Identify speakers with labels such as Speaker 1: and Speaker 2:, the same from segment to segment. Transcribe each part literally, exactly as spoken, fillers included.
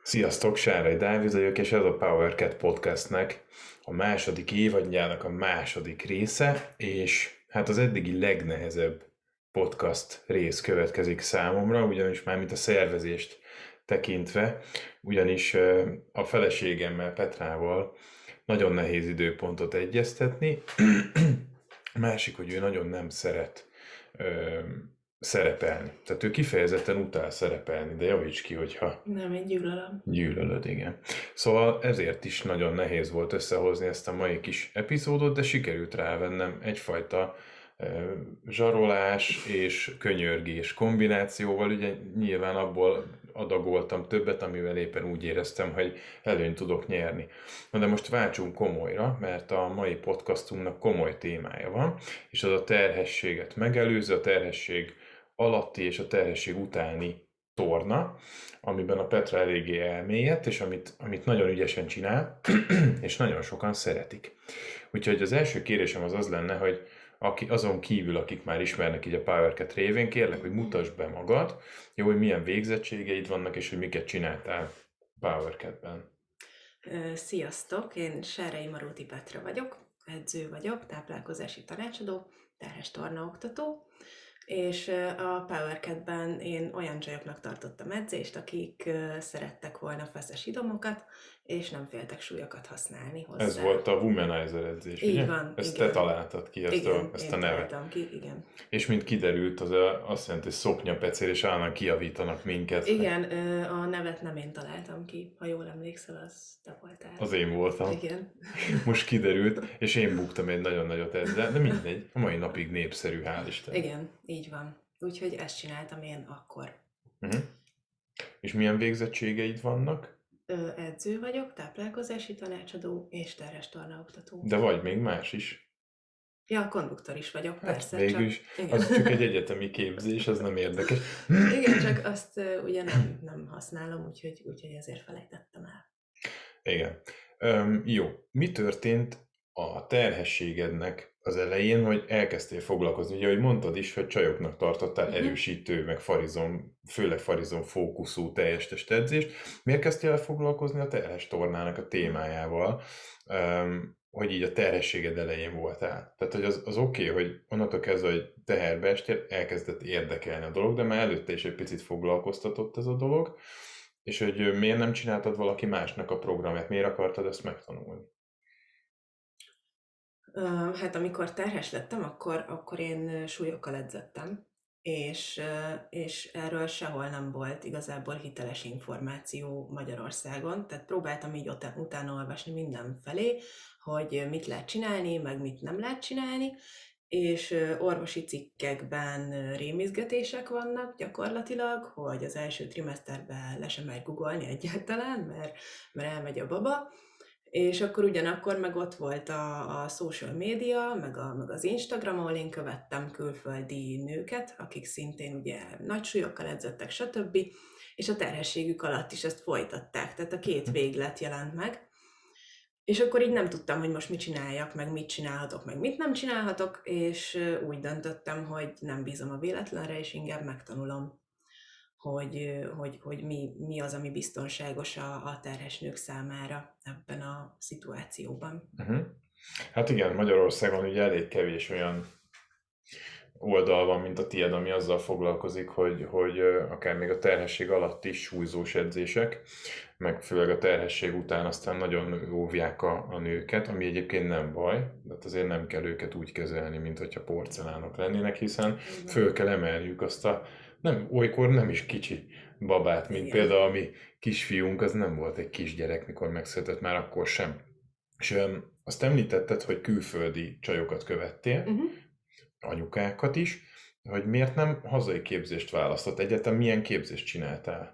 Speaker 1: Sziasztok, Sárai Dávid vagyok, és ez a PowerCat Podcastnek a második évadjának a második része, és hát az eddigi legnehezebb podcast rész következik számomra, ugyanis már mint a szervezést tekintve, ugyanis a feleségemmel, Petrával nagyon nehéz időpontot egyeztetni. A másik, hogy ő nagyon nem szeret szerepelni. Tehát ő kifejezetten utál szerepelni, de javíts ki, hogyha...
Speaker 2: Nem, én gyűlölöm.
Speaker 1: Gyűlölöd, igen. Szóval ezért is nagyon nehéz volt összehozni ezt a mai kis epizódot, de sikerült rávennem egyfajta e, zsarolás és könyörgés kombinációval. Ugye nyilván abból adagoltam többet, amivel éppen úgy éreztem, hogy előnyt tudok nyerni. Na de most váltsunk komolyra, mert a mai podcastunknak komoly témája van, és az a terhességet megelőző, a terhesség alatti és a terhesség utáni torna, amiben a Petra eléggé elmélyedt, és amit, amit nagyon ügyesen csinál, és nagyon sokan szeretik. Úgyhogy az első kérésem az az lenne, hogy aki, azon kívül, akik már ismernek így a PowerCat révén, kérlek, hogy mutasd be magad, jó, hogy milyen végzettségeid vannak, és hogy miket csináltál PowerCatben.
Speaker 2: Sziasztok, én Sárai Maróti Petra vagyok, edző vagyok, táplálkozási tanácsadó, terhes tornaoktató, és a PowerCatben én olyan csajoknak tartottam edzést, akik szerettek volna feszes idomokat, és nem féltek súlyokat használni hozzá.
Speaker 1: Ez volt a Womanizer edzés,
Speaker 2: így
Speaker 1: ugye?
Speaker 2: van,
Speaker 1: Ezt
Speaker 2: igen.
Speaker 1: te találtad ki, ezt
Speaker 2: igen,
Speaker 1: a, ezt a nevet.
Speaker 2: ki, igen.
Speaker 1: És mint kiderült, az a, azt jelenti, hogy szoknyapecél, és állandóan kijavítanak minket.
Speaker 2: Igen, a nevet nem én találtam ki, ha jól emlékszel, az te voltál.
Speaker 1: Az én voltam.
Speaker 2: Igen.
Speaker 1: Most kiderült, és én buktam egy nagyon nagyot ezzel, de mindegy, a mai napig népszerű, hál' Isten.
Speaker 2: Igen, így van. Úgyhogy ezt csináltam én akkor.
Speaker 1: Uh-huh. És milyen végzettségeid vannak?
Speaker 2: Ö, edző vagyok, táplálkozási tanácsadó és terhes tornaoktató.
Speaker 1: De vagy még más is?
Speaker 2: Ja, konduktor is vagyok,
Speaker 1: hát
Speaker 2: persze.
Speaker 1: Végülis,
Speaker 2: csak,
Speaker 1: az csak egy egyetemi képzés, az nem érdekes.
Speaker 2: Igen, csak azt uh, ugye nem, nem használom, úgyhogy, úgyhogy ezért felejtettem el.
Speaker 1: Igen. Um, jó, mi történt a terhességednek az elején, hogy elkezdtél foglalkozni? Ugye, ahogy mondtad is, hogy csajoknak tartottál uh-huh. erősítő, meg farizom, főleg farizom fókuszú teljes testedzést. Miért kezdtél el foglalkozni a terhes tornának a témájával, um, hogy így a terhességed elején voltál? Tehát, hogy az, az oké, okay, hogy onnantól kezdve, hogy teherbe estél, elkezdett érdekelni a dolog, de már előtte is egy picit foglalkoztatott ez a dolog, és hogy miért nem csináltad valaki másnak a programját, miért akartad ezt megtanulni?
Speaker 2: Uh, hát amikor terhes lettem, akkor, akkor én súlyokkal edzettem, és, uh, és erről sehol nem volt igazából hiteles információ Magyarországon, tehát próbáltam így ut- utána olvasni mindenfelé, hogy mit lehet csinálni, meg mit nem lehet csinálni, és uh, orvosi cikkekben rémizgetések vannak gyakorlatilag, hogy az első trimeszterben le sem megy googolni egyáltalán, mert, mert elmegy a baba, és akkor ugyanakkor meg ott volt a, a social media, meg, a, meg az Instagram, ahol én követtem külföldi nőket, akik szintén ugye nagy súlyokkal edzettek, stb. És a terhességük alatt is ezt folytatták, tehát a két véglet jelent meg. És akkor így nem tudtam, hogy most mit csináljak, meg mit csinálhatok, meg mit nem csinálhatok, és úgy döntöttem, hogy nem bízom a véletlenre, és inkább megtanulom, hogy, hogy, hogy mi, mi az, ami biztonságos a, a terhes nők számára ebben a szituációban.
Speaker 1: Uh-huh. Hát igen, Magyarországon ugye elég kevés olyan oldal van, mint a tiéd, ami azzal foglalkozik, hogy, hogy akár még a terhesség alatt is súlyzós edzések, meg főleg a terhesség után aztán nagyon óvják a, a nőket, ami egyébként nem baj, de azért nem kell őket úgy kezelni, mint hogyha porcelánok lennének, hiszen föl kell emeljük azt a nem, olykor nem is kicsi babát, mint igen. Például a mi kisfiunk, az nem volt egy kisgyerek, mikor megszületett, már akkor sem. És um, azt említetted, hogy külföldi csajokat követtél, uh-huh. anyukákat is, hogy miért nem hazai képzést választott? Egyetem milyen képzést csináltál?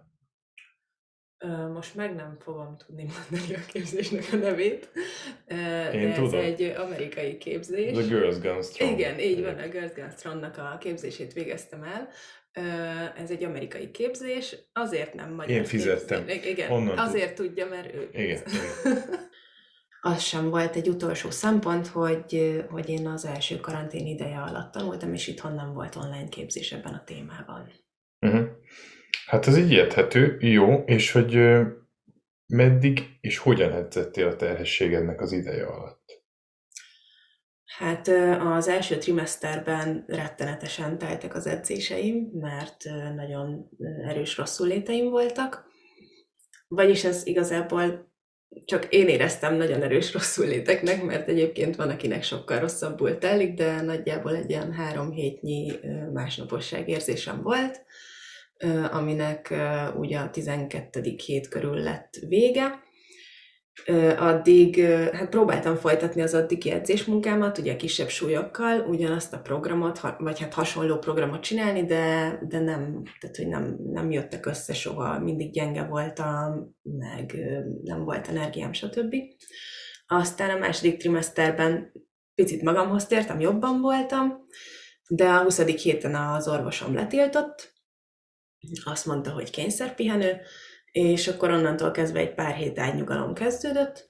Speaker 2: Most meg nem fogom tudni mondani a képzésnek a nevét,
Speaker 1: Én
Speaker 2: de
Speaker 1: tudom.
Speaker 2: ez egy amerikai képzés.
Speaker 1: The Girls Gone Strong.
Speaker 2: Igen, így van, a Girls Gone Strongnak a képzését végeztem el. Ez egy amerikai képzés, azért nem magyar.
Speaker 1: Én fizettem.
Speaker 2: Képzés. Igen,
Speaker 1: Honnan
Speaker 2: azért tud... tudja, mert ő.
Speaker 1: Igen. Igen.
Speaker 2: Az sem volt egy utolsó szempont, hogy, hogy én az első karantén ideje alatt tanultam, és itthon nem volt online képzés ebben a témában.
Speaker 1: Uh-huh. Hát ez így érthető, jó, és hogy meddig és hogyan edzettél a terhességednek az ideje alatt?
Speaker 2: Hát az első trimeszterben rettenetesen teltek az edzéseim, mert nagyon erős rosszulléteim voltak. Vagyis ez igazából csak én éreztem nagyon erős rosszulléteknek, mert egyébként van, akinek sokkal rosszabbul telik, de nagyjából egy ilyen három hétnyi másnaposság érzésem volt, aminek ugye a tizenkettedik hét körül lett vége. Addig hát próbáltam folytatni az addigi edzésmunkámat, ugye kisebb súlyokkal, ugyanazt a programot, vagy hát hasonló programot csinálni, de, de nem, tehát, hogy nem, nem jöttek össze soha, mindig gyenge voltam, meg nem volt energiám, stb. Aztán a második trimeszterben picit magamhoz tértem, jobban voltam, de a huszadik héten az orvosom letiltott, azt mondta, hogy kényszerpihenő, és akkor onnantól kezdve egy pár hét ágynyugalom kezdődött,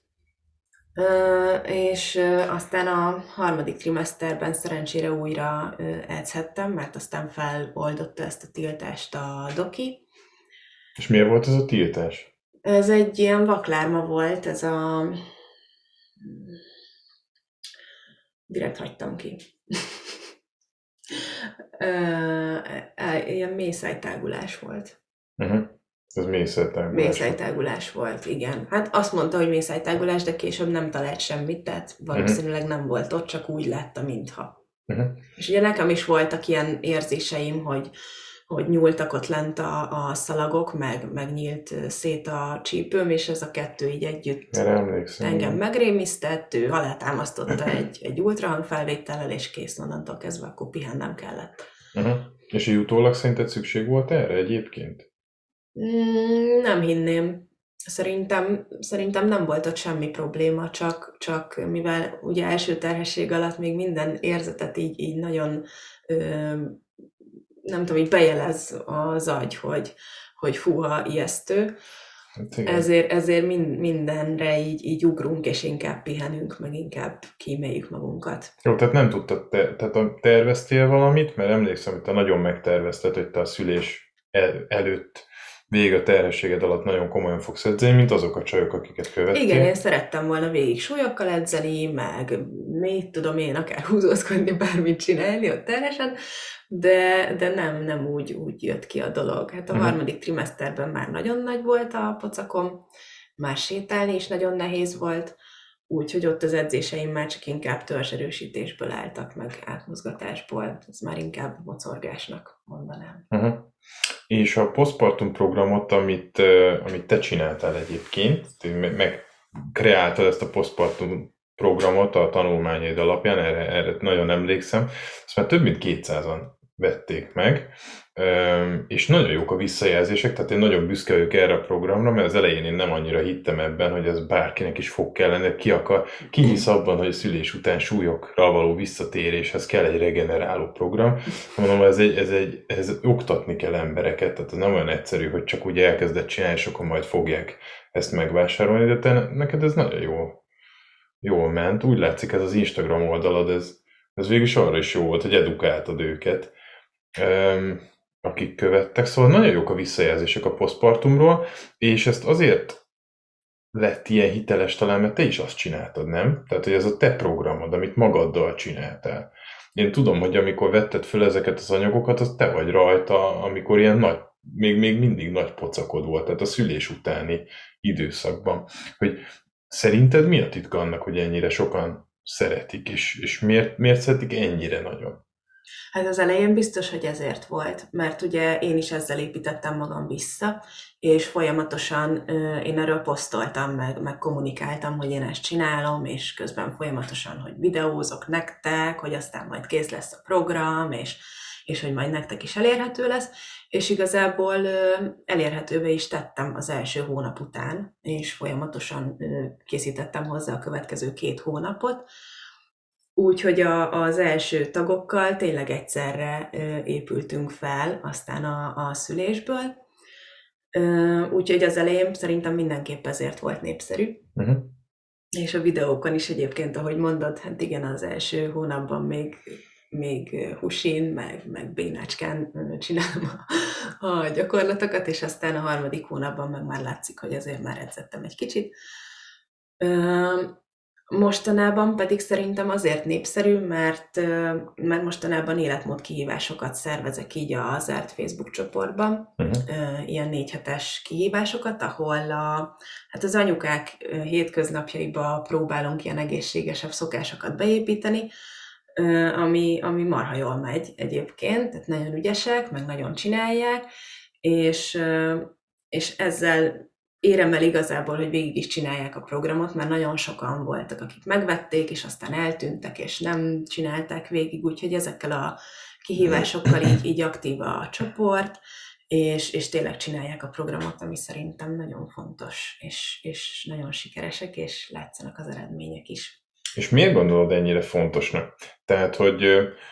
Speaker 2: és aztán a harmadik trimeszterben szerencsére újra edzhettem, mert aztán feloldotta ezt a tiltást a doki.
Speaker 1: És miért volt ez a tiltás?
Speaker 2: Ez egy ilyen vaklárma volt, ez a... Direkt hagytam ki. Ilyen mészájtágulás volt.
Speaker 1: Uh-huh. Ez mészájtágulás.
Speaker 2: Mészájtágulás volt, igen. Hát azt mondta, hogy mészájtágulás, de később nem talált semmit, tehát valószínűleg uh-huh. nem volt ott, csak úgy lett, mintha. Uh-huh. És ugye nekem is voltak ilyen érzéseim, hogy, hogy nyúltak ott lent a, a szalagok, meg, meg nyílt szét a csípőm, és ez a kettő így együtt engem megrémisztett, ő alátámasztotta egy, egy ultrahangfelvétellel, és kész, onnantól kezdve akkor pihennem kellett.
Speaker 1: Uh-huh. És így utólag szerinted szükség volt erre egyébként?
Speaker 2: Mm, nem hinném. Szerintem, szerintem nem volt ott semmi probléma, csak, csak mivel ugye első terhesség alatt még minden érzetet így, így nagyon, ö, nem tudom, így bejelez az agy, hogy, hogy fúha, ijesztő. Hát ezért, ezért mind, mindenre így, így ugrunk, és inkább pihenünk, meg inkább kíméljük magunkat.
Speaker 1: Jó, tehát nem tudtad, te, tehát terveztél valamit, mert emlékszem, hogy te nagyon megtervezted, hogy te a szülés el, előtt végig a terhességed alatt nagyon komolyan fogsz edzeni, mint azok a csajok, akiket követtél.
Speaker 2: Igen, én szerettem volna végig súlyokkal edzeni, meg mit tudom én, akár húzózkodni, bármit csinálni ott terhesen, de, de nem, nem úgy, úgy jött ki a dolog. Hát a uh-huh. harmadik trimeszterben már nagyon nagy volt a pocakom, már sétálni is nagyon nehéz volt, úgyhogy ott az edzéseim már csak inkább törzserősítésből álltak, meg átmozgatásból, ez már inkább mocorgásnak mondanám.
Speaker 1: Uh-huh. És a postpartum programot, amit, amit te csináltál egyébként, megkreáltad ezt a postpartum programot a tanulmányaid alapján, erre, erre nagyon emlékszem, azt már több mint kétszázan vették meg, és nagyon jók a visszajelzések, tehát én nagyon büszke vagyok erre a programra, mert az elején én nem annyira hittem ebben, hogy ez bárkinek is fog kellene, ki akar, ki hisz abban, hogy a szülés után súlyokra való visszatéréshez kell egy regeneráló program. Mondom, ez egy, ez egy, ez oktatni kell embereket, tehát ez nem olyan egyszerű, hogy csak úgy elkezdett csinálni, és akkor majd fogják ezt megvásárolni, de te, neked ez nagyon jól, jól ment. Úgy látszik, ez az Instagram oldalad, ez, ez végül is arra is jó volt, hogy edukáltad őket, akik követtek, szóval nagyon jók a visszajelzések a postpartumról, és ezt azért lett ilyen hiteles talán, mert te is azt csináltad, nem? Tehát, hogy ez a te programod, amit magaddal csináltál. Én tudom, hogy amikor vetted föl ezeket az anyagokat, az te vagy rajta, amikor ilyen nagy, még, még mindig nagy pocakod volt, tehát a szülés utáni időszakban. Hogy szerinted mi a titka annak, hogy ennyire sokan szeretik, és, és miért, miért szeretik ennyire nagyon?
Speaker 2: Hát az elején biztos, hogy ezért volt, mert ugye én is ezzel építettem magam vissza, és folyamatosan én erről posztoltam, meg, meg kommunikáltam, hogy én ezt csinálom, és közben folyamatosan, hogy videózok nektek, hogy aztán majd kész lesz a program, és, és hogy majd nektek is elérhető lesz, és igazából elérhetővé is tettem az első hónap után, és folyamatosan készítettem hozzá a következő két hónapot, úgyhogy a, az első tagokkal tényleg egyszerre ö, épültünk fel, aztán a, a szülésből. Ö, úgyhogy az elején szerintem mindenképp ezért volt népszerű. Uh-huh. És a videókon is egyébként, ahogy mondod, hát igen, az első hónapban még még husin, meg, meg bénácskán csinálom a, a gyakorlatokat, és aztán a harmadik hónapban meg már látszik, hogy azért már edzettem egy kicsit. Mostanában pedig szerintem azért népszerű, mert, mert mostanában életmód kihívásokat szervezek így a zárt Facebook csoportban, uh-huh. ilyen négy hetes kihívásokat, ahol a, hát az anyukák hétköznapjaiba próbálunk ilyen egészségesebb szokásokat beépíteni, ami, ami marha jól megy egyébként, tehát nagyon ügyesek, meg nagyon csinálják, és, és ezzel érem el igazából, hogy végig is csinálják a programot, mert nagyon sokan voltak, akik megvették, és aztán eltűntek, és nem csinálták végig, úgyhogy ezekkel a kihívásokkal így, így aktív a csoport, és, és tényleg csinálják a programot, ami szerintem nagyon fontos, és, és nagyon sikeresek, és látszanak az eredmények is.
Speaker 1: És miért gondolod ennyire fontosnak? Tehát, hogy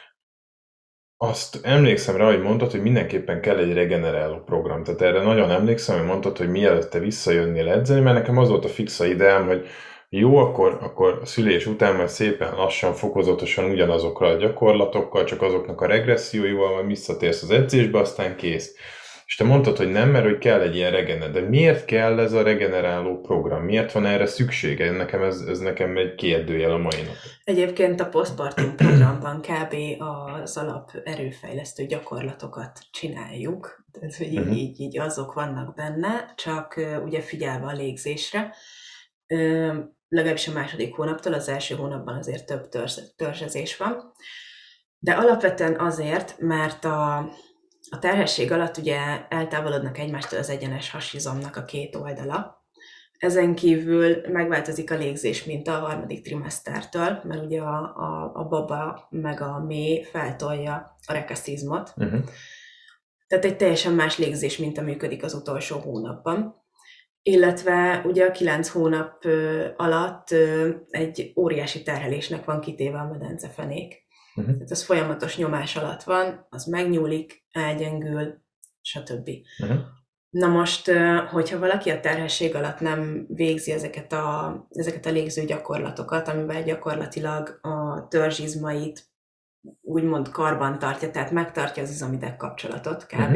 Speaker 1: azt emlékszem rá, hogy mondtad, hogy mindenképpen kell egy regeneráló program. Tehát erre nagyon emlékszem, hogy mondtad, hogy mielőtt te visszajönnél edzeni, mert nekem az volt a fixa ideám, hogy jó, akkor, akkor a szülés után majd szépen lassan, fokozatosan ugyanazokkal a gyakorlatokkal, csak azoknak a regresszióival, majd visszatérsz az edzésbe, aztán kész. És te mondtad, hogy nem, mert hogy kell egy ilyen regeneráló. De miért kell ez a regeneráló program? Miért van erre szüksége? Nekem ez, ez nekem egy kérdőjel a mai nap.
Speaker 2: Egyébként a Postpartum programban kb. Az alap erőfejlesztő gyakorlatokat csináljuk. Tehát, hogy uh-huh. így, így azok vannak benne, csak uh, ugye figyelve a légzésre. Uh, legalábbis a második hónaptól, az első hónapban azért több törzs, törzsezés van. De alapvetően azért, mert a A terhesség alatt ugye eltávolodnak egymástól az egyenes hasizomnak a két oldala. Ezen kívül megváltozik a légzés minta a harmadik trimesztertől, mert ugye a, a, a baba meg a méh feltolja a rekaszizmot. Uh-huh. Tehát egy teljesen más légzés minta működik az utolsó hónapban. Illetve ugye a kilenc hónap alatt egy óriási terhelésnek van kitéve a medencefenék. Uh-huh. Tehát az folyamatos nyomás alatt van, az megnyúlik, elgyengül, stb. Uh-huh. Na most, hogyha valaki a terhesség alatt nem végzi ezeket a, ezeket a légző gyakorlatokat, amiben gyakorlatilag a törzsizmait úgymond karban tartja, tehát megtartja az izomideg kapcsolatot kb.,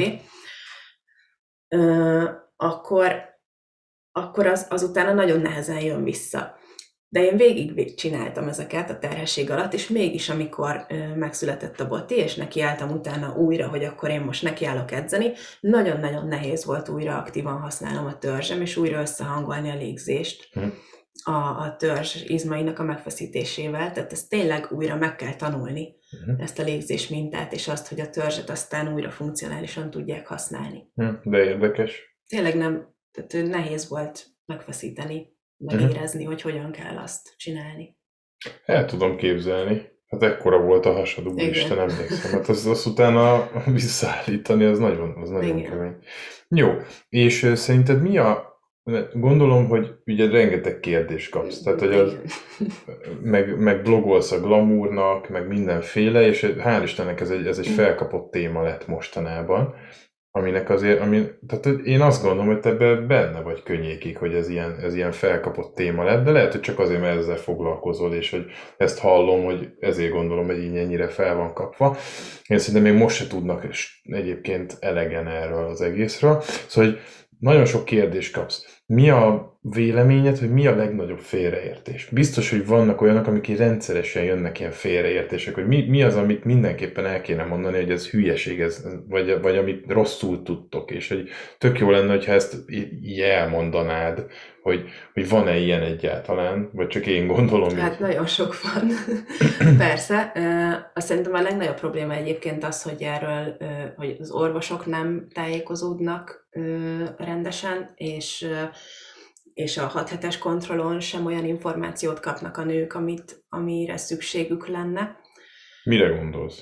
Speaker 2: uh-huh. akkor, akkor az, az utána nagyon nehezen jön vissza. De én végig csináltam ezeket a terhesség alatt, és mégis, amikor megszületett a Boti, és nekiálltam utána újra, hogy akkor én most nekiállok edzeni, nagyon-nagyon nehéz volt újra aktívan használnom a törzsem, és újra összehangolni a légzést hmm. a, a törzs izmainak a megfeszítésével. Tehát ezt tényleg újra meg kell tanulni, hmm. ezt a légzés mintát, és azt, hogy a törzset aztán újra funkcionálisan tudják használni.
Speaker 1: Hmm. De érdekes.
Speaker 2: Tényleg nem, tehát nehéz volt megfeszíteni, megérezni, uh-huh. hogy hogyan kell azt csinálni.
Speaker 1: El tudom képzelni. Hát ekkora volt a hasad, úristen, emlékszem. Hát azt, azt utána visszaállítani, az nagyon, az nagyon kemény. Jó, és szerinted mi a... Gondolom, hogy ugye rengeteg kérdést kapsz. Tehát, hogy az, meg, meg blogolsz a glamournak, meg mindenféle, és hál' Istennek ez egy, ez egy felkapott téma lett mostanában. Aminek azért, ami, tehát én azt gondolom, hogy te benne vagy könnyékig, hogy ez ilyen, ez ilyen felkapott téma lett, de lehet, hogy csak azért, mert ezzel foglalkozol, és hogy ezt hallom, hogy ezért gondolom, hogy így ennyire fel van kapva. Én szerintem még most se tudnak egyébként elegen erről az egészről. Szóval, hogy nagyon sok kérdést kapsz. Mi a véleményed, hogy mi a legnagyobb félreértés? Biztos, hogy vannak olyanok, amik így rendszeresen jönnek ilyen félreértések, hogy mi, mi az, amit mindenképpen el kéne mondani, hogy ez hülyeség, ez, vagy, vagy amit rosszul tudtok, és hogy tök jó lenne, hogyha ezt így elmondanád, hogy, hogy van-e ilyen egyáltalán, vagy csak én gondolom.
Speaker 2: Hát így. Nagyon sok van. Persze. Azt szerintem a legnagyobb probléma egyébként az, hogy erről, hogy az orvosok nem tájékozódnak rendesen, és, és a hat hetes kontrollon sem olyan információt kapnak a nők, amit, amire szükségük lenne.
Speaker 1: Mire gondolsz?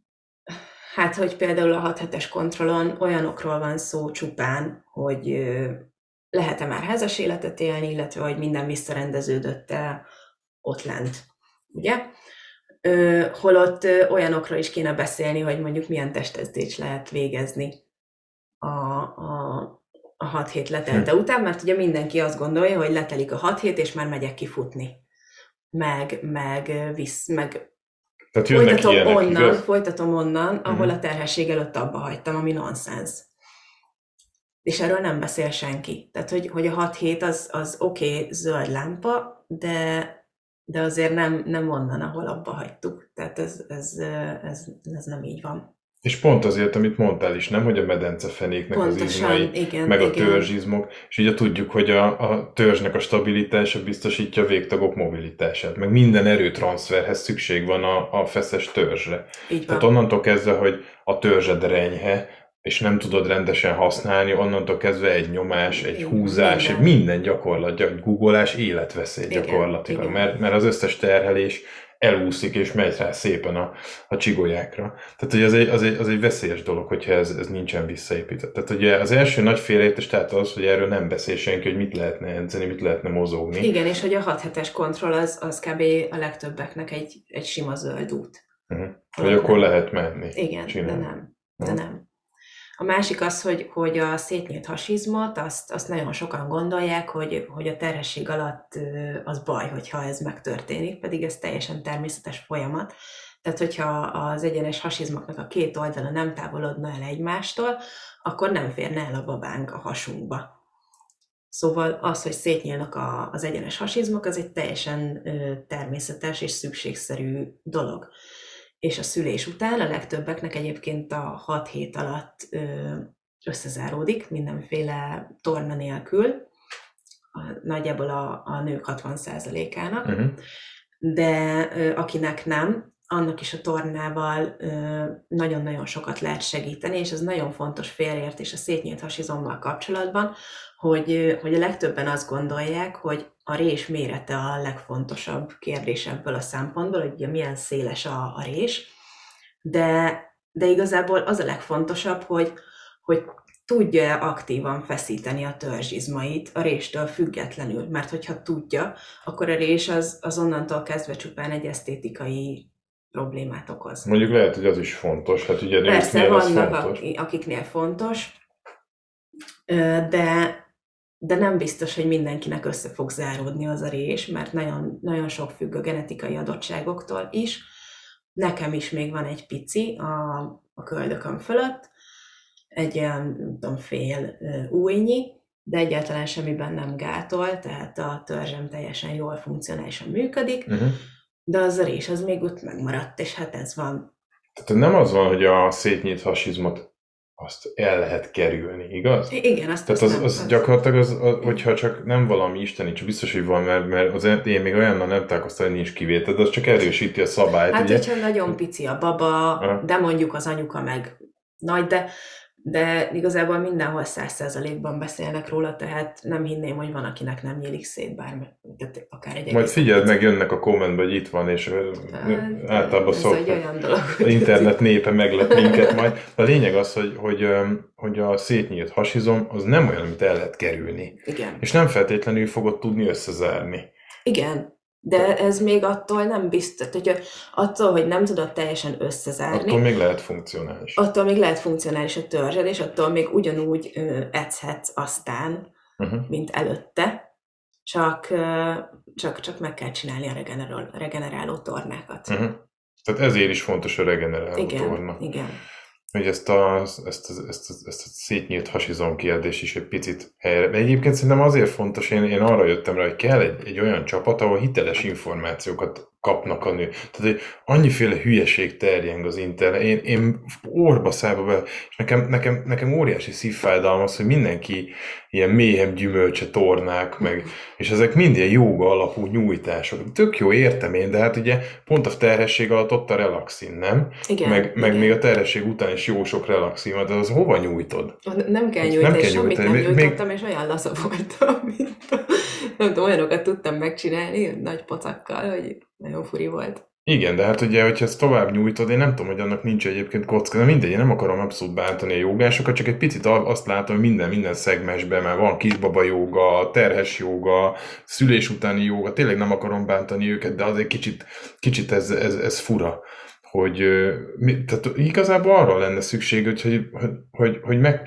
Speaker 2: Hát, hogy például a hat hetes kontrollon olyanokról van szó csupán, hogy lehet-e már házas életet élni, illetve hogy minden visszarendeződött-e ott lent, ugye? Ö, holott ö, olyanokról is kéne beszélni, hogy mondjuk milyen testedzést lehet végezni a, a, a hat hét letelte hm. után, mert ugye mindenki azt gondolja, hogy letelik a hat hét, és már megyek kifutni. Meg, meg, visz, meg
Speaker 1: Tehát jönnek
Speaker 2: Folytatom
Speaker 1: ilyenek,
Speaker 2: onnan,
Speaker 1: igaz?
Speaker 2: folytatom onnan, ahol
Speaker 1: Uh-huh.
Speaker 2: a terhesség előtt abba hagytam, ami nonsens. És erről nem beszél senki. Tehát, hogy, hogy a hat hét az, az oké, okay, zöld lámpa, de, de azért nem, nem onnan, ahol abba hagytuk. Tehát ez, ez, ez, ez nem így van.
Speaker 1: És pont azért, amit mondtál is, nem, hogy a medencefenéknek
Speaker 2: Pontosan,
Speaker 1: az izmai,
Speaker 2: igen,
Speaker 1: meg a
Speaker 2: igen.
Speaker 1: törzsizmok, és ugye tudjuk, hogy a, a törzsnek a stabilitása biztosítja a végtagok mobilitását, meg minden erőtranszferhez szükség van a, a feszes törzsre.
Speaker 2: Így
Speaker 1: Tehát
Speaker 2: van.
Speaker 1: onnantól kezdve, hogy a törzsed renyhe, és nem tudod rendesen használni, onnantól kezdve egy nyomás, egy
Speaker 2: Igen,
Speaker 1: húzás,
Speaker 2: minden.
Speaker 1: egy minden gyakorlat, egy googolás életveszély
Speaker 2: Igen,
Speaker 1: gyakorlatilag,
Speaker 2: igen.
Speaker 1: mert, mert az összes terhelés elúszik és megy rá szépen a, a csigolyákra. Tehát ugye az egy, az egy, az egy veszélyes dolog, hogyha ez, ez nincsen visszaépített. Tehát ugye az első nagy félreértés tehát az, hogy erről nem beszél senki, hogy mit lehetne edzeni, mit lehetne mozogni.
Speaker 2: Igen, és hogy a hat hetes kontroll az, az kb. A legtöbbeknek egy, egy sima zöld út.
Speaker 1: Uh-huh. Hogy akkor nem lehet menni.
Speaker 2: Igen,
Speaker 1: csinálni.
Speaker 2: de nem. De
Speaker 1: uh-huh.
Speaker 2: nem. A másik az, hogy, hogy a szétnyílt hasizmot, azt, azt nagyon sokan gondolják, hogy, hogy a terhesség alatt az baj, hogyha ez megtörténik, pedig ez teljesen természetes folyamat. Tehát, hogyha az egyenes hasizmoknak a két oldala nem távolodna el egymástól, akkor nem férne el a babánk a hasunkba. Szóval az, hogy szétnyílnak a, az egyenes hasizmok, az egy teljesen ö, természetes és szükségszerű dolog. És a szülés után a legtöbbeknek egyébként a hat hét alatt ö, összezáródik, mindenféle torna nélkül, a, nagyjából a, a nők hatvan százalékának, uh-huh. de ö, akinek nem, annak is a tornával ö, nagyon-nagyon sokat lehet segíteni, és ez nagyon fontos félreértés a szétnyílt hasizommal kapcsolatban, hogy, hogy a legtöbben azt gondolják, hogy a rés mérete a legfontosabb kérdés ebből a szempontból, hogy ugye milyen széles a, a rés, de, de igazából az a legfontosabb, hogy, hogy tudja aktívan feszíteni a törzsizmait a réstől függetlenül, mert hogyha tudja, akkor a rés az, az onnantól kezdve csupán egy esztétikai problémát okoz.
Speaker 1: Mondjuk lehet, hogy az is fontos. Hát ugye
Speaker 2: persze vannak, akiknél fontos, de de nem biztos, hogy mindenkinek össze fog záródni az a rés, mert nagyon, nagyon sok függ a genetikai adottságoktól is. Nekem is még van egy pici a, a köldökön fölött, egy olyan, nem tudom, fél újnyi, de egyáltalán semmiben nem gátol, tehát a törzsem teljesen jól funkcionálisan működik, uh-huh. de az a rés az még ott megmaradt, és hát ez van.
Speaker 1: Tehát nem az van, hogy a szétnyílt hasizmot azt el lehet kerülni, igaz?
Speaker 2: Igen, azt
Speaker 1: Tehát az, az, az gyakorlatilag, az, az, hogyha csak nem valami isteni, csak biztos, hogy van, mert, mert az, én még olyannal nem találkoztam, hogy nincs kivétel, de az csak erősíti a szabályt.
Speaker 2: Hát,
Speaker 1: ugye?
Speaker 2: hogyha nagyon pici a baba, Aha. de mondjuk az anyuka meg nagy, de, de igazából mindenhol száz százalékban beszélnek róla, tehát nem hinném, hogy van, akinek nem nyílik szét bármi, akár egy
Speaker 1: Majd figyeld meg, jönnek a kommentbe, hogy itt van, és hát, általában szoktak. Az internet népe meglep minket majd. A lényeg az, hogy, hogy, hogy a szétnyílt hasizom az nem olyan, amit el lehet kerülni.
Speaker 2: Igen.
Speaker 1: És nem feltétlenül fogod tudni összezárni.
Speaker 2: Igen. De ez még attól nem biztos, hogy attól, hogy nem tudod teljesen összezárni.
Speaker 1: Attól még lehet funkcionális.
Speaker 2: Attól még lehet funkcionális a törzsed, és attól még ugyanúgy ö, edzhetsz aztán, uh-huh. mint előtte, csak, ö, csak, csak meg kell csinálni a regeneráló, regeneráló tornákat.
Speaker 1: Uh-huh. Tehát ezért is fontos a regeneráló
Speaker 2: igen,
Speaker 1: torna.
Speaker 2: Igen,
Speaker 1: hogy ezt a, ezt, ezt, ezt, ezt a szétnyílt hasizom kérdés is egy picit helyre. De egyébként szerintem azért fontos, én, én arra jöttem rá, hogy kell egy, egy olyan csapat, ahol hiteles információkat kapnak a nő. Tehát, hogy annyiféle hülyeség terjeng az internet. Én, én orba szállba be, és nekem, nekem, nekem óriási szívfájdalom az, hogy mindenki ilyen mélyebb gyümölcse tornák, meg, és ezek mind ilyen jóga alapú nyújtások. Tök jó, értem én, de hát ugye pont a terhesség alatt ott a relaxin, nem?
Speaker 2: Igen,
Speaker 1: meg, meg
Speaker 2: igen.
Speaker 1: még a terhesség után is jó sok relaxin van, de az hova nyújtod?
Speaker 2: Nem kell nyújtani, nem kell semmit nyújtani. nem nyújtottam, még... és olyan laza voltam, mint nem tudom, olyanokat tudtam megcsinálni, nagy pocakkal, hogy nagyon furi volt.
Speaker 1: Igen, de hát ugye, hogyha ezt tovább nyújtod, én nem tudom, hogy annak nincs egyébként kocka, de mindegy, én nem akarom abszolút bántani a jogásokat, csak egy picit azt látom, hogy minden, minden szegmensben már van kisbaba jóga, terhes jóga, szülés utáni jóga, tényleg nem akarom bántani őket, de azért kicsit, kicsit ez, ez, ez fura. Hogy tehát igazából arra lenne szükség, hogy, hogy, hogy, hogy meg kell,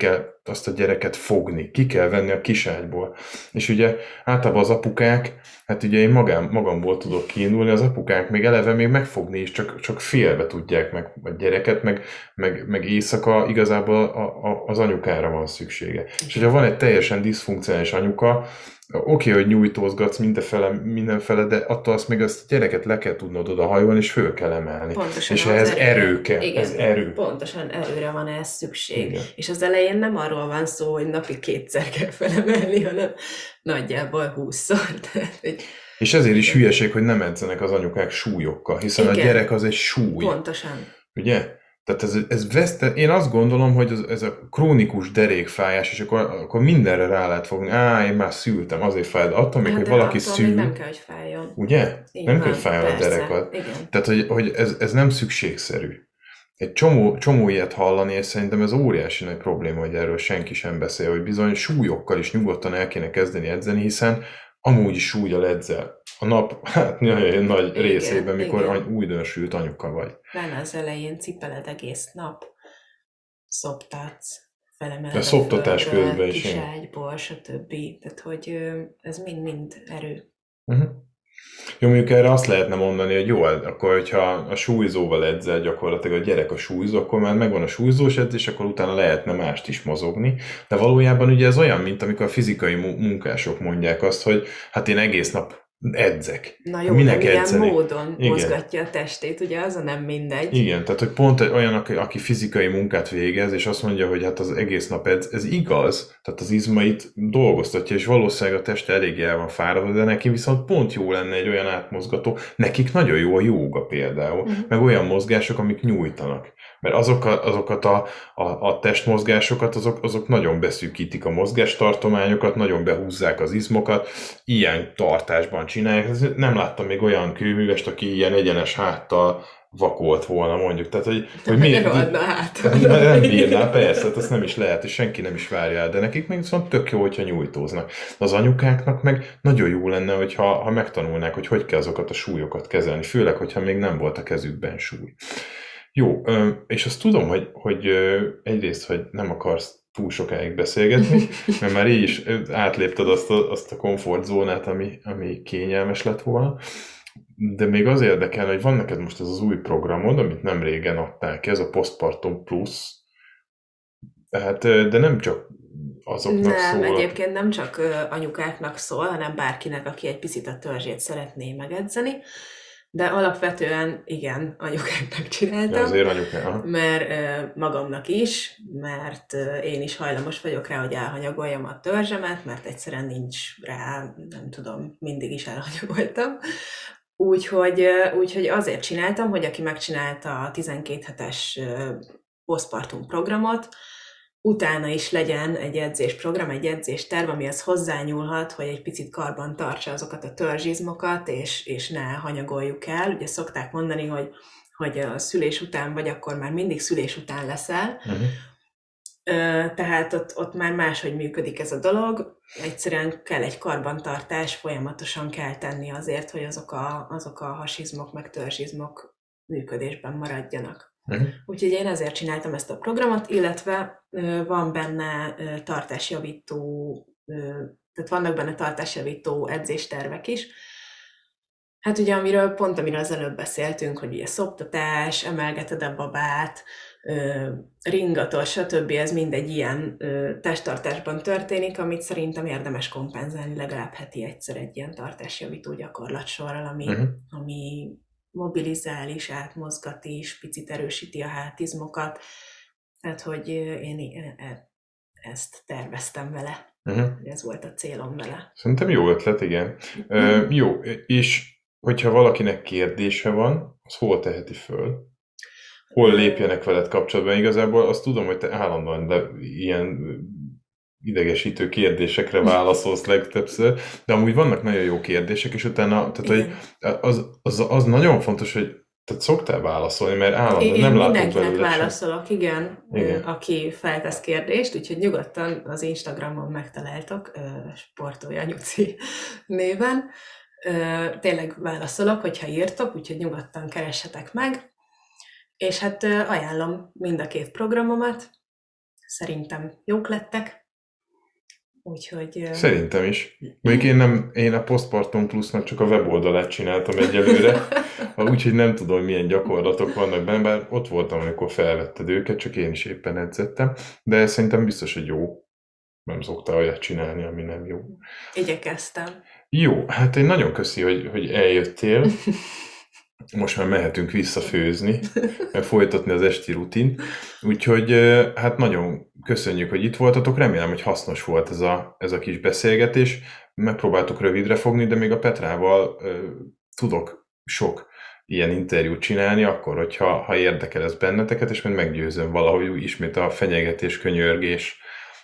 Speaker 1: azt a gyereket fogni, ki kell venni a kiságyból. És ugye általában az apukák, hát ugye én magám, magamból tudok kiindulni, az apukák még eleve még megfogni is, csak, csak félbe tudják meg a gyereket, meg, meg, meg éjszaka igazából a, a, az anyukára van szüksége. És hogyha van egy teljesen diszfunkcionális anyuka, oké, okay, hogy nyújtózgatsz mindenfele, mindenfele, de attól azt még azt a gyereket le kell tudnod oda hajolni, és föl kell emelni.
Speaker 2: Pontosan
Speaker 1: és ehhez
Speaker 2: erő,
Speaker 1: erő kell.
Speaker 2: Igen,
Speaker 1: ez erő.
Speaker 2: Pontosan erőre van ehhez szükség.
Speaker 1: Igen.
Speaker 2: És az elején nem arról van szó, hogy napi kétszer kell felemelni, hanem nagyjából húszszor. Tehát, hogy...
Speaker 1: És ezért is hülyeség, hogy nem edzenek az anyukák súlyokkal, hiszen Igen. a gyerek az egy súly.
Speaker 2: Pontosan.
Speaker 1: Ugye? Tehát ez, ez veszte, én azt gondolom, hogy ez, ez a krónikus derékfájás, és akkor, akkor mindenre rá lehet fogni. Á, én már szültem, azért fáj, de attól még, hát hogy valaki szül.
Speaker 2: nem kell, hogy fájjon.
Speaker 1: Ugye?
Speaker 2: Így
Speaker 1: nem
Speaker 2: van,
Speaker 1: kell, hogy fájjon
Speaker 2: persze,
Speaker 1: a derekad.
Speaker 2: Igen.
Speaker 1: Tehát, hogy, hogy ez, ez nem szükségszerű. Egy csomó, csomó ilyet hallani, és szerintem ez óriási nagy probléma, hogy erről senki sem beszél, hogy bizony súlyokkal is nyugodtan el kéne kezdeni edzeni, hiszen amúgy is súlyjal edzel. A nap hát nagyon nagy igen, részében, mikor igen. újdonsült anyuka vagy.
Speaker 2: Benne az elején cipeled egész nap, szoptatsz, felemeled
Speaker 1: a szoptatás közben is.
Speaker 2: Kiságyból, stb. Tehát, hogy ez mind-mind erő.
Speaker 1: Uh-huh. Jó, mondjuk erre azt lehetne mondani, hogy jó, akkor hogyha a súlyzóval edzel gyakorlatilag a gyerek a súlyzó, akkor már megvan a súlyzós edzés, akkor utána lehetne mást is mozogni. De valójában ugye ez olyan, mint amikor a fizikai munkások mondják azt, hogy hát én egész nap edzek.
Speaker 2: Na jó,
Speaker 1: minek
Speaker 2: de milyen
Speaker 1: edzeni?
Speaker 2: módon
Speaker 1: Igen.
Speaker 2: mozgatja a testét, ugye az a nem mindegy.
Speaker 1: Igen, tehát hogy pont olyan, aki, aki fizikai munkát végez, és azt mondja, hogy hát az egész nap edz, ez igaz, tehát az izmait dolgoztatja, és valószínűleg a teste eléggé el van fáradva, de neki viszont pont jó lenne egy olyan átmozgató, nekik nagyon jó a jóga például, uh-huh. meg olyan mozgások, amik nyújtanak. Mert azok a, azokat a, a, a testmozgásokat, azok, azok nagyon beszűkítik a mozgástartományokat, nagyon behúzzák az izmokat, ilyen tartásban csinálják. Nem láttam még olyan kőművest, aki ilyen egyenes háttal vakolt volna, mondjuk. Tehát, hogy, hogy mi,
Speaker 2: hát.
Speaker 1: Nem bírná, persze, hát azt nem is lehet, és senki nem is várja el, de nekik még viszont tök jó, hogyha nyújtóznak. Az anyukáknak meg nagyon jó lenne, hogyha ha megtanulnák, hogy hogy kell azokat a súlyokat kezelni, főleg, hogyha még nem volt a kezükben súly. Jó, és azt tudom, hogy, hogy egyrészt, hogy nem akarsz túl sokáig beszélgetni, mert már így is átlépted azt a, azt a komfortzónát, ami, ami kényelmes lett volna, de még az érdekel, hogy van neked most ez az új programod, amit nem régen adták ki, ez a Postpartum Plus, hát, de nem csak azoknak
Speaker 2: nem,
Speaker 1: szól.
Speaker 2: Nem, egyébként nem csak anyukáknak szól, hanem bárkinek, aki egy picit a törzsét szeretné megedzeni. De alapvetően igen, anyukáknak csináltam,
Speaker 1: ja, azért anyukák,
Speaker 2: mert uh, magamnak is, mert uh, én is hajlamos vagyok rá, hogy elhanyagoljam a törzsemet, mert egyszerűen nincs rá, nem tudom, mindig is elhanyagoltam. Úgyhogy, uh, úgyhogy azért csináltam, hogy aki megcsinálta a tizenkét hetes uh, postpartum programot, utána is legyen egy edzésprogram, egy edzésterv, amihez hozzányúlhat, hogy egy picit karban tartsa azokat a törzsizmokat, és, és ne hanyagoljuk el. Ugye szokták mondani, hogy, hogy a szülés után vagy, akkor már mindig szülés után leszel. Uh-huh. Tehát ott, ott már máshogy működik ez a dolog. Egyszerűen kell egy karbantartás, folyamatosan kell tenni azért, hogy azok a, azok a hasizmok, meg törzsizmok működésben maradjanak. Uh-huh. Úgyhogy én ezért csináltam ezt a programot, illetve ö, van benne ö, tartásjavító, ö, tehát vannak benne tartásjavító edzéstervek is. Hát ugye, amiről pont, amiről az előbb beszéltünk, hogy ugye szoptatás, emelgeted a babát, ö, ringatol, stb. Ez mindegy ilyen ö, testtartásban történik, amit szerintem érdemes kompenzálni legalább heti egyszer egy ilyen tartásjavító gyakorlatsorral, ami, uh-huh. ami mobilizál is, átmozgat is, picit erősíti a hátizmokat. Tehát, hogy én ezt terveztem vele. Uh-huh. Ez volt a célom vele.
Speaker 1: Szerintem jó ötlet, igen. Uh, jó, és hogyha valakinek kérdése van, az hol teheti föl? Hol lépjenek veled kapcsolatban? Igazából azt tudom, hogy te állandóan de ilyen idegesítő kérdésekre válaszolsz legtöbbször, de amúgy vannak nagyon jó kérdések, és utána, tehát hogy az, az, az nagyon fontos, hogy tehát szoktál válaszolni, mert állandóan
Speaker 2: én
Speaker 1: nem látok belőle.
Speaker 2: Mindenkinek válaszolok, igen, igen, aki feltesz kérdést, úgyhogy nyugodtan az Instagramon megtaláltok, Sportolja Nyuci néven. Tényleg válaszolok, hogyha írtok, úgyhogy nyugodtan keressetek meg. És hát ajánlom mind a két programomat. szerintem jók lettek. Úgyhogy...
Speaker 1: Szerintem is. Még én, nem, én a Postpartum Plusnak csak a weboldalát csináltam egyelőre, úgyhogy nem tudom, milyen gyakorlatok vannak benne, bár ott voltam, amikor felvetted őket, csak én is éppen edzettem, de szerintem biztos, hogy jó. Nem szoktál olyat csinálni, ami nem jó.
Speaker 2: Igyekeztem.
Speaker 1: Jó, hát én nagyon köszi, hogy, hogy eljöttél. Most már mehetünk visszafőzni, meg folytatni az esti rutint. Úgyhogy hát nagyon köszönjük, hogy itt voltatok. Remélem, hogy hasznos volt ez a, ez a kis beszélgetés. Megpróbáltuk rövidre fogni, de még a Petrával uh, tudok sok ilyen interjút csinálni, akkor, hogyha ha érdekel ez benneteket, és majd meggyőzöm valahogy ismét a fenyegetés, könyörgés,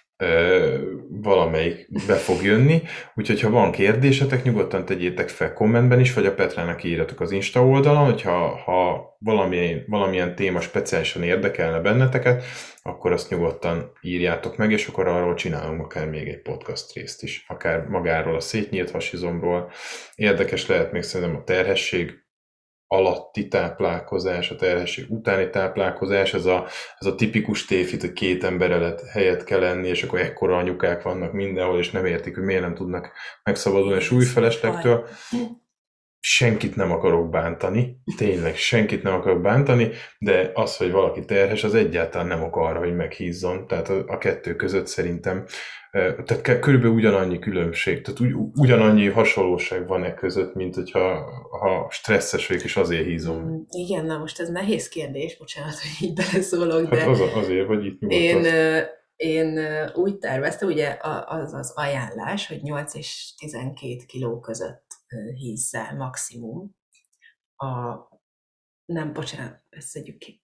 Speaker 1: valamelyik be fog jönni, úgyhogy ha van kérdésetek, nyugodtan tegyétek fel kommentben is, vagy a Petrának írjatok az Insta oldalon, hogyha ha valamilyen, valamilyen téma speciálisan érdekelne benneteket, akkor azt nyugodtan írjátok meg, és akkor arról csinálunk akár még egy podcast részt is, akár magáról a szétnyílt hasizomról. Érdekes lehet még szerintem a terhesség alatti táplálkozás, a terhesség utáni táplálkozás, ez a, ez a tipikus tévhit, hogy két ember helyet kell lenni, és akkor ekkora anyukák vannak mindenhol, és nem értik, hogy miért nem tudnak megszabadulni a súlyfeleslegtől. Senkit nem akarok bántani, tényleg senkit nem akarok bántani, de az, hogy valaki terhes, az egyáltalán nem ok arra, hogy meghízzon. Tehát a, a kettő között szerintem, tehát körülbelül ugyanannyi különbség, tehát ugy, ugyanannyi hasonlóság van e között, mint hogyha ha stresszes vagyok, és azért hízom.
Speaker 2: Mm, igen, na most ez nehéz kérdés, bocsánat, hogy így beleszólok,
Speaker 1: de... Hát az, azért, vagy itt
Speaker 2: nyugodtan. Én, én úgy terveztem, ugye az az ajánlás, hogy nyolc és tizenkét kiló között hízzel maximum. A, nem, bocsánat, ezt szedjük ki.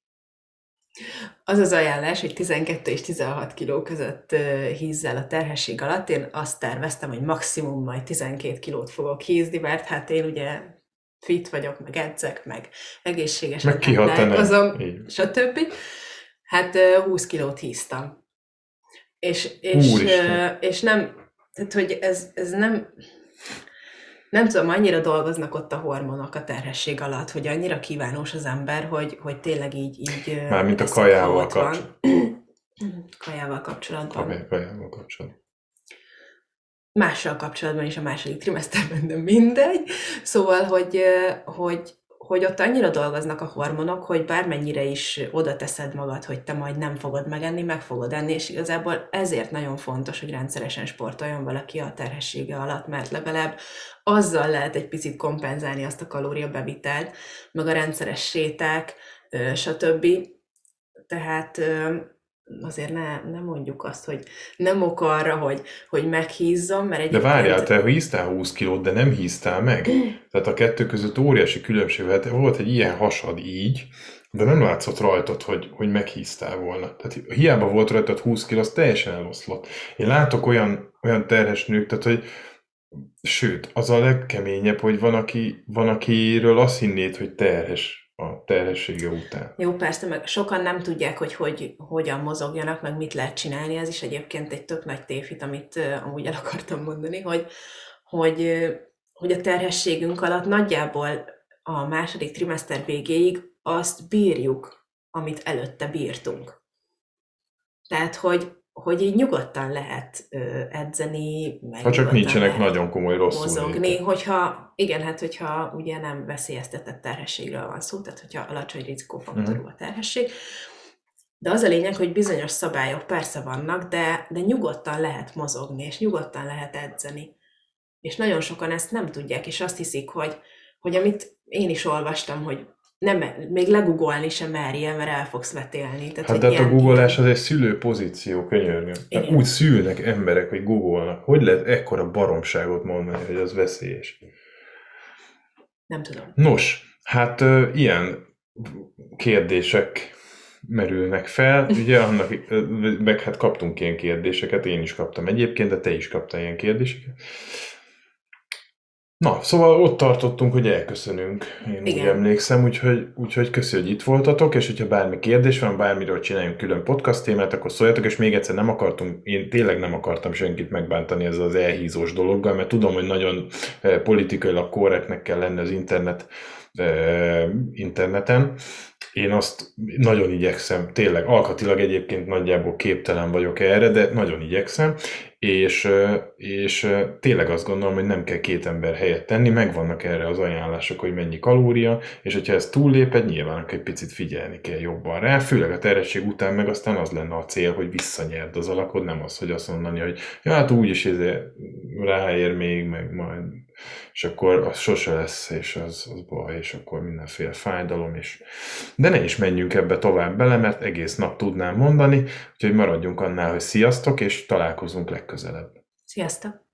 Speaker 2: Az az ajánlás, hogy tizenkettő és tizenhat kiló között hízzel a terhesség alatt. Én azt terveztem, hogy maximum majd tizenkét kilót fogok hízni, mert hát én ugye fit vagyok, meg edzek, meg egészségesen táplálkozom, stb. Hát húsz kilót híztam. És, és, és nem, tehát hogy ez, ez nem... Nem tudom, annyira dolgoznak ott a hormonok a terhesség alatt, hogy annyira kívánós az ember, hogy, hogy tényleg így... így
Speaker 1: Mármint a kajával kapcsolatban.
Speaker 2: Kajával kapcsolatban.
Speaker 1: Kajával kapcsolatban.
Speaker 2: Mással kapcsolatban is a második trimeszterben, de mindegy. Szóval, hogy, hogy, hogy ott annyira dolgoznak a hormonok, hogy bármennyire is oda teszed magad, hogy te majd nem fogod megenni, meg fogod enni, és igazából ezért nagyon fontos, hogy rendszeresen sportoljon valaki a terhessége alatt, mert legalább azzal lehet egy picit kompenzálni azt a kalóriabevitelt, meg a rendszeres séták, stb. Tehát azért ne, ne mondjuk azt, hogy nem ok arra, hogy, hogy meghízzam, mert egyébként...
Speaker 1: De várjál, te híztál húsz kilót, de nem híztál meg. Tehát a kettő között óriási különbség volt. Volt egy ilyen hasad így, de nem látszott rajtad, hogy, hogy meghíztál volna. Tehát hiába volt rajtad húsz kiló, az teljesen eloszlott. Én látok olyan, olyan terhes nők, tehát hogy sőt, az a legkeményebb, hogy van, aki, van akiről azt hinnéd, hogy terhes a terhessége után.
Speaker 2: Jó, persze, meg sokan nem tudják, hogy, hogy hogyan mozogjanak, meg mit lehet csinálni. Ez is egyébként egy tök nagy tévhit, amit uh, amúgy el akartam mondani, hogy, hogy, uh, hogy a terhességünk alatt nagyjából a második trimeszter végéig azt bírjuk, amit előtte bírtunk. Tehát, hogy hogy így nyugodtan lehet ö, edzeni, meg
Speaker 1: ha csak nincsenek nagyon komoly rosszul
Speaker 2: mozogni, hogyha, igen, hát hogyha ugye nem veszélyeztetett terhességről van szó, tehát hogyha alacsony rizikófaktorú a terhesség. De az a lényeg, hogy bizonyos szabályok persze vannak, de, de nyugodtan lehet mozogni, és nyugodtan lehet edzeni. És nagyon sokan ezt nem tudják, és azt hiszik, hogy, hogy amit én is olvastam, hogy nem, még legugolni sem merjen, mert el fogsz vetélni. Tehát,
Speaker 1: hát de a googolás az egy szülő pozíció, könyörgöm. Úgy szülnek emberek, hogy googolnak. Hogy lehet ekkora baromságot mondani, hogy az veszélyes?
Speaker 2: Nem tudom.
Speaker 1: Nos, hát uh, ilyen kérdések merülnek fel. Ugye annak, meg hát kaptunk ilyen kérdéseket, én is kaptam egyébként, de te is kaptál ilyen kérdéseket. Na, szóval ott tartottunk, hogy elköszönünk, én úgy
Speaker 2: Igen.
Speaker 1: emlékszem, úgyhogy, úgyhogy köszi, hogy itt voltatok, és hogyha bármi kérdés van, bármiről csináljunk külön podcast témát, akkor szóljatok, és még egyszer nem akartunk, én tényleg nem akartam senkit megbántani ezzel az elhízós dologgal, mert tudom, hogy nagyon eh, politikailag korrektnek kell lenni az internet, eh, interneten. Én azt nagyon igyekszem, tényleg alkatilag egyébként nagyjából képtelen vagyok erre, de nagyon igyekszem, és, és tényleg azt gondolom, hogy nem kell két ember helyet tenni, megvannak erre az ajánlások, hogy mennyi kalória, és hogyha ez túlléped, nyilván akkor egy picit figyelni kell jobban rá, főleg a terhesség után meg aztán az lenne a cél, hogy visszanyerd az alakod, nem az, hogy azt mondani, hogy ja, hát úgyis ezért ráér még, meg majd, és akkor az sose lesz, és az, az baj, és akkor mindenféle fájdalom, és de ne is menjünk ebbe tovább bele, mert egész nap tudnám mondani, úgyhogy maradjunk annál, hogy sziasztok, és találkozunk legközelebb.
Speaker 2: Sziasztok!